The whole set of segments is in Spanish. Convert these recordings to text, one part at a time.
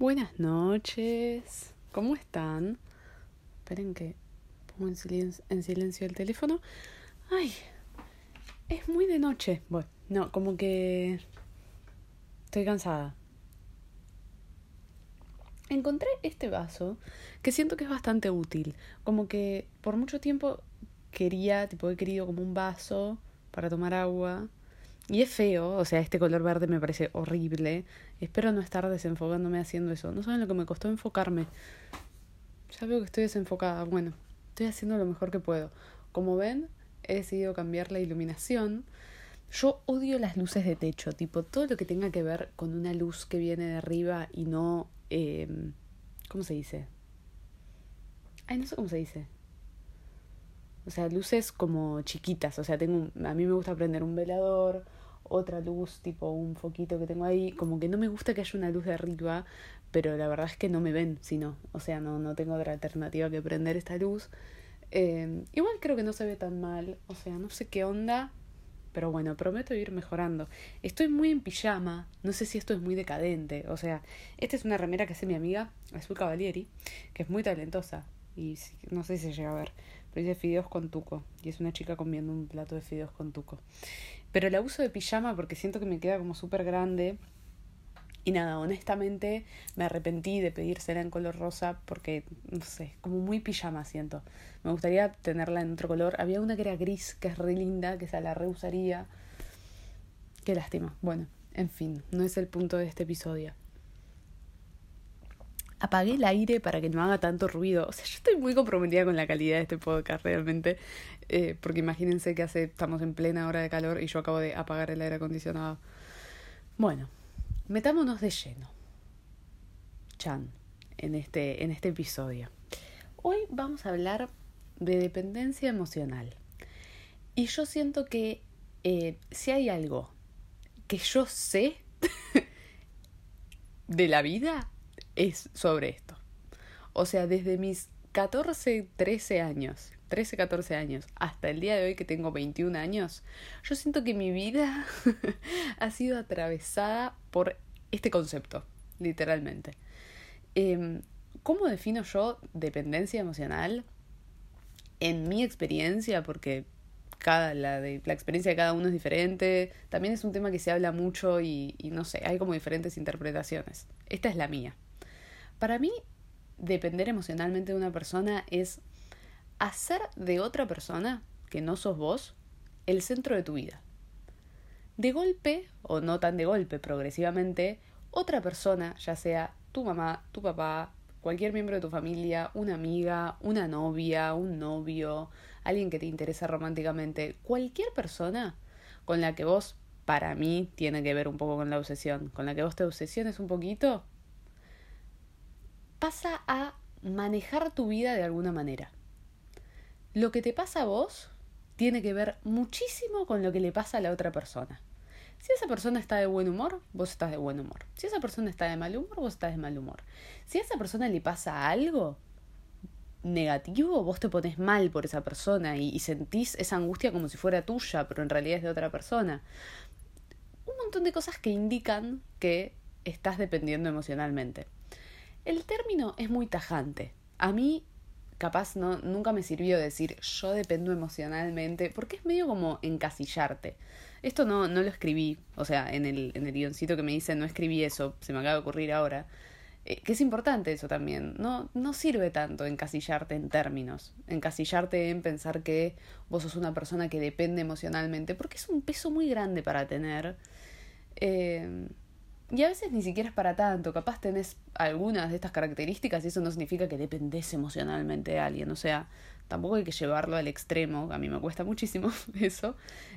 Buenas noches, ¿cómo están? Esperen que pongo en silencio el teléfono. Ay, es muy de noche. Bueno, no, como que estoy cansada. Encontré este vaso que siento que es bastante útil. Como que por mucho tiempo he querido como un vaso para tomar agua. Y es feo, o sea, este color verde me parece horrible. Espero no estar desenfocándome haciendo eso. No saben lo que me costó enfocarme. Ya veo que estoy desenfocada. Bueno, estoy haciendo lo mejor que puedo. Como ven, he decidido cambiar la iluminación. Yo odio las luces de techo, tipo todo lo que tenga que ver con una luz que viene de arriba y no... ¿cómo se dice? Ay, no sé cómo se dice. O sea, luces como chiquitas. O sea, a mí me gusta prender un velador, otra luz, tipo un foquito que tengo ahí. Como que no me gusta que haya una luz de arriba, pero la verdad es que no me ven, si no. O sea, no tengo otra alternativa que prender esta luz. Igual creo que no se ve tan mal. O sea, no sé qué onda. Pero bueno, prometo ir mejorando. Estoy muy en pijama. No sé si esto es muy decadente. O sea, esta es una remera que hace mi amiga, Azul Cavalieri, que es muy talentosa. Y no sé si se llega a ver. Pero dice fideos con tuco. Y es una chica comiendo un plato de fideos con tuco. Pero la uso de pijama porque siento que me queda como súper grande. Y nada, honestamente me arrepentí de pedírsela en color rosa porque, no sé, como muy pijama siento. Me gustaría tenerla en otro color. Había una que era gris, que es re linda, que esa la reusaría. Qué lástima. Bueno, en fin, no es el punto de este episodio. Apagué el aire para que no haga tanto ruido. O sea, yo estoy muy comprometida con la calidad de este podcast realmente. Porque imagínense que estamos en plena hora de calor y yo acabo de apagar el aire acondicionado. Bueno, metámonos de lleno. En este episodio. Hoy vamos a hablar de dependencia emocional. Y yo siento que si hay algo que yo sé de la vida, es sobre esto. O sea, desde mis 14 años, hasta el día de hoy que tengo 21 años, yo siento que mi vida ha sido atravesada por este concepto, literalmente. ¿Cómo defino yo dependencia emocional? En mi experiencia, porque la experiencia de cada uno es diferente, también es un tema que se habla mucho y no sé, hay como diferentes interpretaciones. Esta es la mía. Para mí, depender emocionalmente de una persona es hacer de otra persona, que no sos vos, el centro de tu vida. De golpe, o no tan de golpe, progresivamente, otra persona, ya sea tu mamá, tu papá, cualquier miembro de tu familia, una amiga, una novia, un novio, alguien que te interesa románticamente, cualquier persona con la que vos, para mí, tiene que ver un poco con la obsesión, con la que vos te obsesiones un poquito, pasa a manejar tu vida de alguna manera. Lo que te pasa a vos tiene que ver muchísimo con lo que le pasa a la otra persona. Si esa persona está de buen humor, vos estás de buen humor. Si esa persona está de mal humor, vos estás de mal humor. Si a esa persona le pasa algo negativo, vos te pones mal por esa persona y sentís esa angustia como si fuera tuya, pero en realidad es de otra persona. Un montón de cosas que indican que estás dependiendo emocionalmente. El término es muy tajante. A mí, capaz, nunca me sirvió decir yo dependo emocionalmente, porque es medio como encasillarte. Esto no lo escribí, o sea, en el guioncito que me dice no escribí eso, se me acaba de ocurrir ahora. Que es importante eso también. No sirve tanto encasillarte en términos, encasillarte en pensar que vos sos una persona que depende emocionalmente, porque es un peso muy grande para tener. Y a veces ni siquiera es para tanto. Capaz tenés algunas de estas características y eso no significa que dependés emocionalmente de alguien. O sea, tampoco hay que llevarlo al extremo. A mí me cuesta muchísimo eso.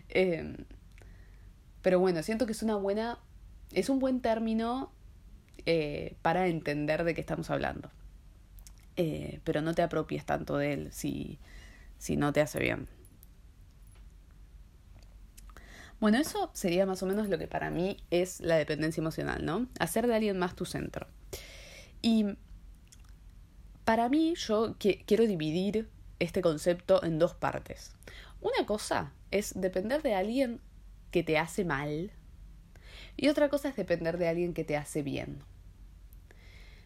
Pero bueno, siento que es un buen término para entender de qué estamos hablando. Pero no te apropies tanto de él si no te hace bien. Bueno, eso sería más o menos lo que para mí es la dependencia emocional, ¿no? Hacer de alguien más tu centro. Y para mí yo quiero dividir este concepto en dos partes. Una cosa es depender de alguien que te hace mal y otra cosa es depender de alguien que te hace bien.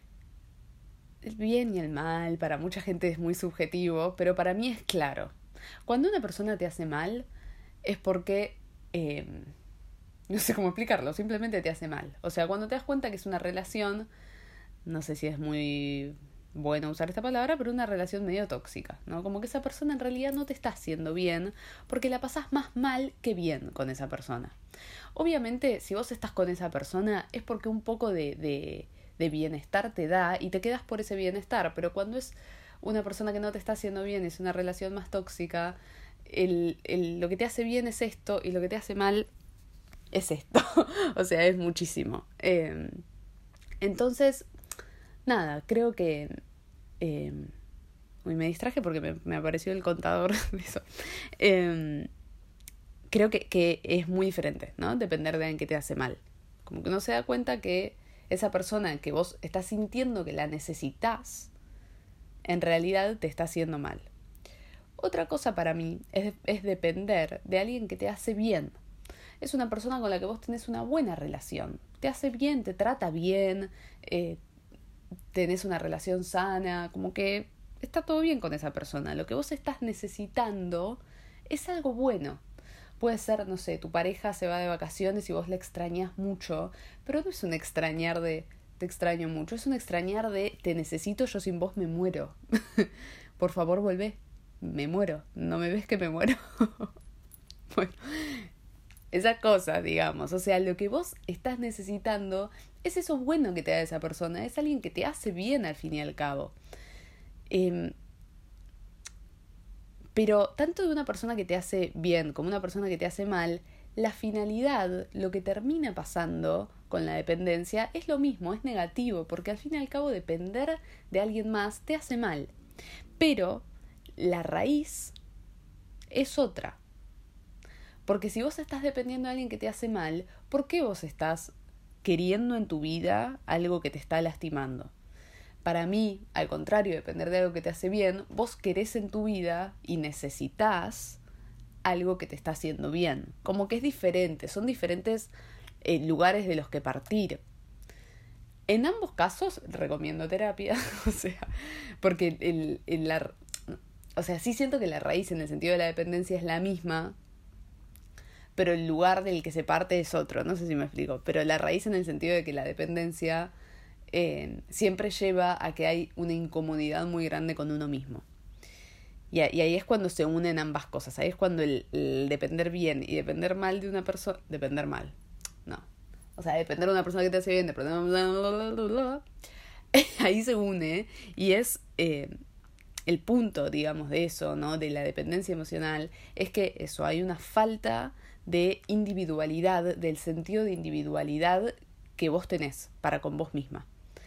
el bien y el mal para mucha gente es muy subjetivo, pero para mí es claro. Cuando una persona te hace mal es porque, no sé cómo explicarlo, simplemente te hace mal. O sea, cuando te das cuenta que es una relación, no sé si es muy bueno usar esta palabra, pero una relación medio tóxica, ¿no? Como que esa persona en realidad no te está haciendo bien porque la pasás más mal que bien con esa persona. Obviamente, si vos estás con esa persona es porque un poco de bienestar te da y te quedas por ese bienestar, pero cuando es una persona que no te está haciendo bien, es una relación más tóxica, lo que te hace bien es esto y lo que te hace mal es esto. O sea, es muchísimo. Entonces, nada, creo que... uy, me distraje porque me apareció el contador de eso. Creo que es muy diferente, ¿no? Depender de en qué te hace mal. Como que uno se da cuenta que esa persona que vos estás sintiendo que la necesitas, en realidad te está haciendo mal. Otra cosa para mí es depender de alguien que te hace bien. Es una persona con la que vos tenés una buena relación. Te hace bien, te trata bien, tenés una relación sana, como que está todo bien con esa persona. Lo que vos estás necesitando es algo bueno. Puede ser, no sé, tu pareja se va de vacaciones y vos la extrañas mucho, pero no es un extrañar de te extraño mucho, es un extrañar de te necesito, yo sin vos me muero. Por favor, volvé. Me muero. ¿No me ves que me muero? Bueno, esa cosa, digamos. O sea, lo que vos estás necesitando es eso bueno que te da esa persona. Es alguien que te hace bien al fin y al cabo. Pero tanto de una persona que te hace bien como una persona que te hace mal, la finalidad, lo que termina pasando con la dependencia, es lo mismo, es negativo, porque al fin y al cabo depender de alguien más te hace mal. Pero la raíz es otra. Porque si vos estás dependiendo de alguien que te hace mal, ¿por qué vos estás queriendo en tu vida algo que te está lastimando? Para mí, al contrario, depender de algo que te hace bien, vos querés en tu vida y necesitas algo que te está haciendo bien. Como que es diferente, son diferentes lugares de los que partir. En ambos casos recomiendo terapia, o sea, porque o sea, sí siento que la raíz en el sentido de la dependencia es la misma, pero el lugar del que se parte es otro, no sé si me explico, pero la raíz en el sentido de que la dependencia siempre lleva a que hay una incomodidad muy grande con uno mismo. Y ahí es cuando se unen ambas cosas. Ahí es cuando el depender bien y depender mal de una persona... Depender mal. No. O sea, depender de una persona que te hace bien, depender... Ahí se une y es el punto, digamos, de eso, ¿no? De la dependencia emocional. Es que eso, hay una falta de individualidad, del sentido de individualidad que vos tenés para con vos misma.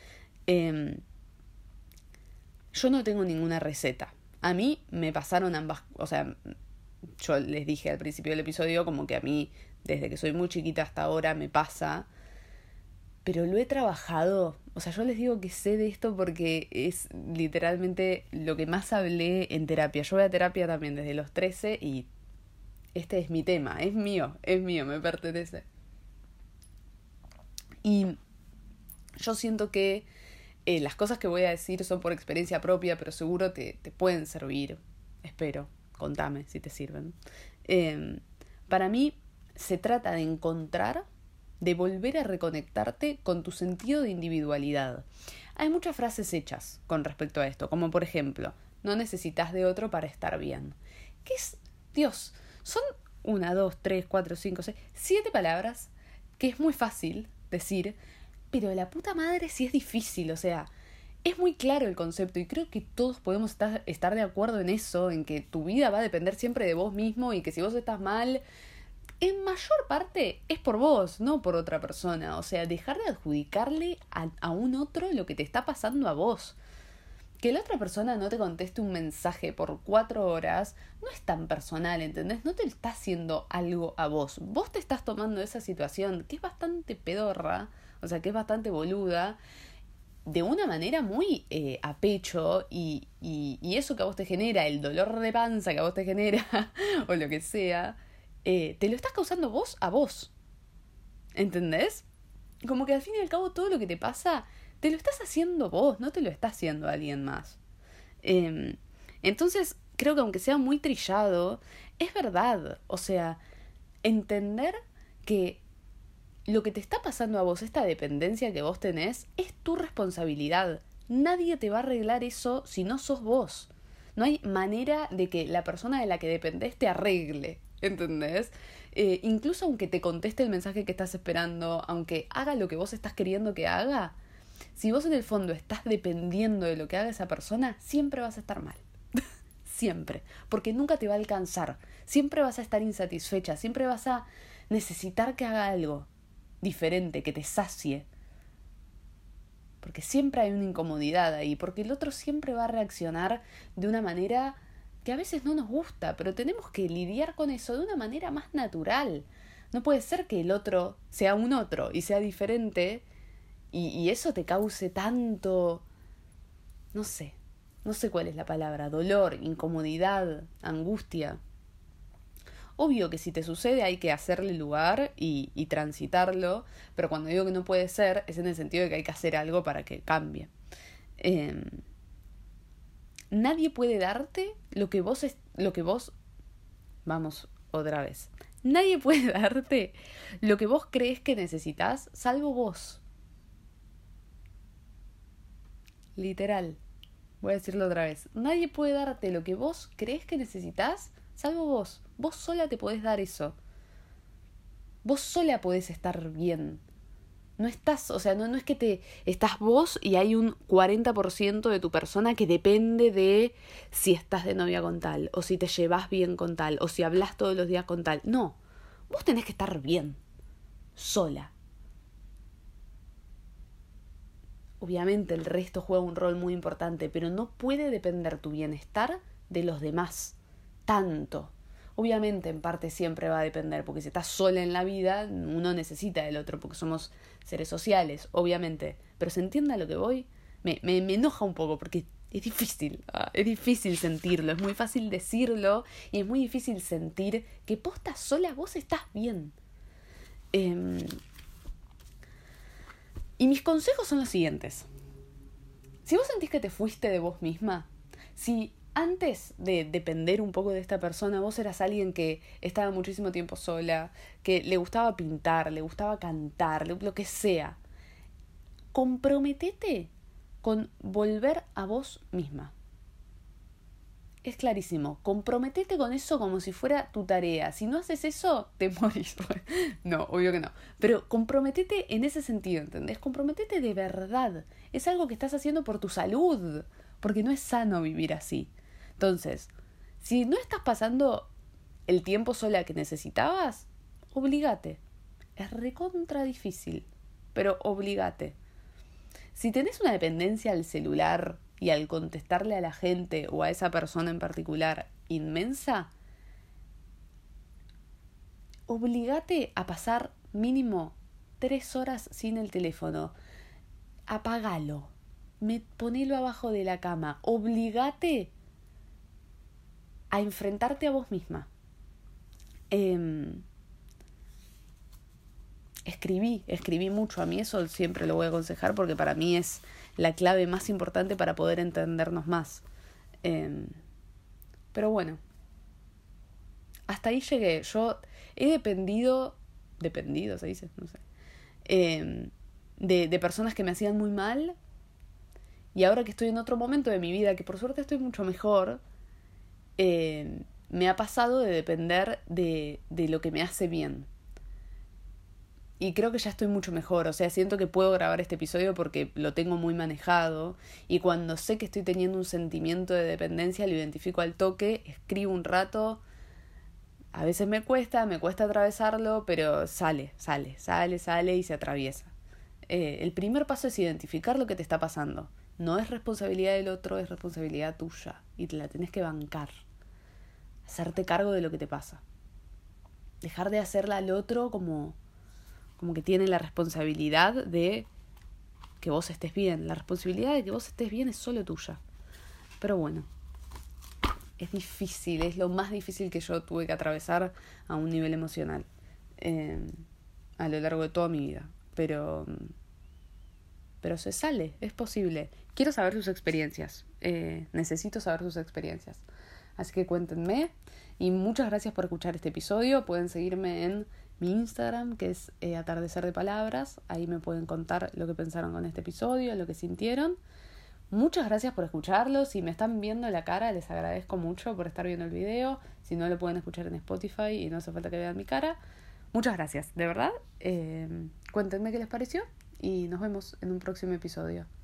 Yo no tengo ninguna receta. A mí me pasaron ambas, o sea, yo les dije al principio del episodio como que a mí, desde que soy muy chiquita hasta ahora, me pasa, pero lo he trabajado, o sea, yo les digo que sé de esto porque es literalmente lo que más hablé en terapia. Yo voy a terapia también desde los 13 y este es mi tema, es mío, me pertenece. Y yo siento que las cosas que voy a decir son por experiencia propia, pero seguro te pueden servir. Espero, contame si te sirven. Para mí se trata de encontrar, de volver a reconectarte con tu sentido de individualidad. Hay muchas frases hechas con respecto a esto, como por ejemplo, no necesitas de otro para estar bien. ¿Qué es? Dios, son 1, 2, 3, 4, 5, 6, 7 palabras que es muy fácil decir, pero de la puta madre sí es difícil, o sea, es muy claro el concepto y creo que todos podemos estar de acuerdo en eso, en que tu vida va a depender siempre de vos mismo y que si vos estás mal, en mayor parte es por vos, no por otra persona. O sea, dejar de adjudicarle a un otro lo que te está pasando a vos. Que la otra persona no te conteste un mensaje por 4 horas no es tan personal, ¿entendés? No te está haciendo algo a vos. Vos te estás tomando esa situación que es bastante pedorra, o sea, que es bastante boluda, de una manera muy a pecho y eso que a vos te genera, el dolor de panza que a vos te genera, o lo que sea, te lo estás causando vos a vos. ¿Entendés? Como que al fin y al cabo todo lo que te pasa te lo estás haciendo vos, no te lo está haciendo alguien más. Entonces, creo que aunque sea muy trillado, es verdad. O sea, entender que lo que te está pasando a vos, esta dependencia que vos tenés, es tu responsabilidad. Nadie te va a arreglar eso si no sos vos. No hay manera de que la persona de la que dependés te arregle, ¿entendés? Incluso aunque te conteste el mensaje que estás esperando, aunque haga lo que vos estás queriendo que haga, si vos en el fondo estás dependiendo de lo que haga esa persona, siempre vas a estar mal. Siempre. Porque nunca te va a alcanzar. Siempre vas a estar insatisfecha. Siempre vas a necesitar que haga algo diferente, que te sacie. Porque siempre hay una incomodidad ahí. Porque el otro siempre va a reaccionar de una manera que a veces no nos gusta. Pero tenemos que lidiar con eso de una manera más natural. No puede ser que el otro sea un otro y sea diferente y eso te cause tanto, no sé cuál es la palabra, dolor, incomodidad, angustia. Obvio que si te sucede hay que hacerle lugar y transitarlo, pero cuando digo que no puede ser es en el sentido de que hay que hacer algo para que cambie. Nadie puede darte lo que vos vamos otra vez. Nadie puede darte lo que vos crees que necesitas, salvo vos. Literal. Voy a decirlo otra vez. Nadie puede darte lo que vos crees que necesitas, salvo vos. Vos sola te podés dar eso. Vos sola podés estar bien. No estás, o sea, no es que estás vos y hay un 40% de tu persona que depende de si estás de novia con tal, o si te llevas bien con tal, o si hablas todos los días con tal. No. Vos tenés que estar bien. Sola. Obviamente el resto juega un rol muy importante, pero no puede depender tu bienestar de los demás. Tanto. Obviamente en parte siempre va a depender, porque si estás sola en la vida, uno necesita del otro, porque somos seres sociales, obviamente. Pero se entienda lo que voy, me enoja un poco, porque es difícil sentirlo, es muy fácil decirlo, y es muy difícil sentir que posta sola vos estás bien. Y mis consejos son los siguientes. Si vos sentís que te fuiste de vos misma, si antes de depender un poco de esta persona, vos eras alguien que estaba muchísimo tiempo sola, que le gustaba pintar, le gustaba cantar, lo que sea, comprometete con volver a vos misma. Es clarísimo, comprometete con eso como si fuera tu tarea. Si no haces eso, te morís. No, obvio que no. Pero comprometete en ese sentido, ¿entendés? Comprometete de verdad. Es algo que estás haciendo por tu salud, porque no es sano vivir así. Entonces, si no estás pasando el tiempo sola que necesitabas, obligate. Es recontra difícil, pero obligate. Si tenés una dependencia al celular y al contestarle a la gente o a esa persona en particular inmensa, obligate a pasar mínimo 3 horas sin el teléfono. Apagalo. Ponelo abajo de la cama. Obligate a enfrentarte a vos misma. Escribí mucho. A mí eso siempre lo voy a aconsejar porque para mí es la clave más importante para poder entendernos más. Pero bueno, hasta ahí llegué. Yo he dependido, se dice, no sé, de personas que me hacían muy mal, y ahora que estoy en otro momento de mi vida, que por suerte estoy mucho mejor, me ha pasado de depender de lo que me hace bien. Y creo que ya estoy mucho mejor, o sea, siento que puedo grabar este episodio porque lo tengo muy manejado, y cuando sé que estoy teniendo un sentimiento de dependencia lo identifico al toque, escribo un rato, a veces me cuesta atravesarlo, pero sale y se atraviesa. El primer paso es identificar lo que te está pasando. No es responsabilidad del otro, es responsabilidad tuya, y te la tenés que bancar. Hacerte cargo de lo que te pasa. Dejar de hacerla al otro como que tiene la responsabilidad de que vos estés bien. La responsabilidad de que vos estés bien es solo tuya. Pero bueno, es difícil, es lo más difícil que yo tuve que atravesar a un nivel emocional a lo largo de toda mi vida. Pero pero se sale, es posible. Quiero saber sus experiencias, necesito saber sus experiencias. Así que cuéntenme, y muchas gracias por escuchar este episodio. Pueden seguirme en mi Instagram, que es Atardecer de Palabras. Ahí me pueden contar lo que pensaron con este episodio, lo que sintieron. Muchas gracias por escucharlo. Si me están viendo la cara, les agradezco mucho por estar viendo el video. Si no, lo pueden escuchar en Spotify y no hace falta que vean mi cara. Muchas gracias, de verdad. Cuéntenme qué les pareció y nos vemos en un próximo episodio.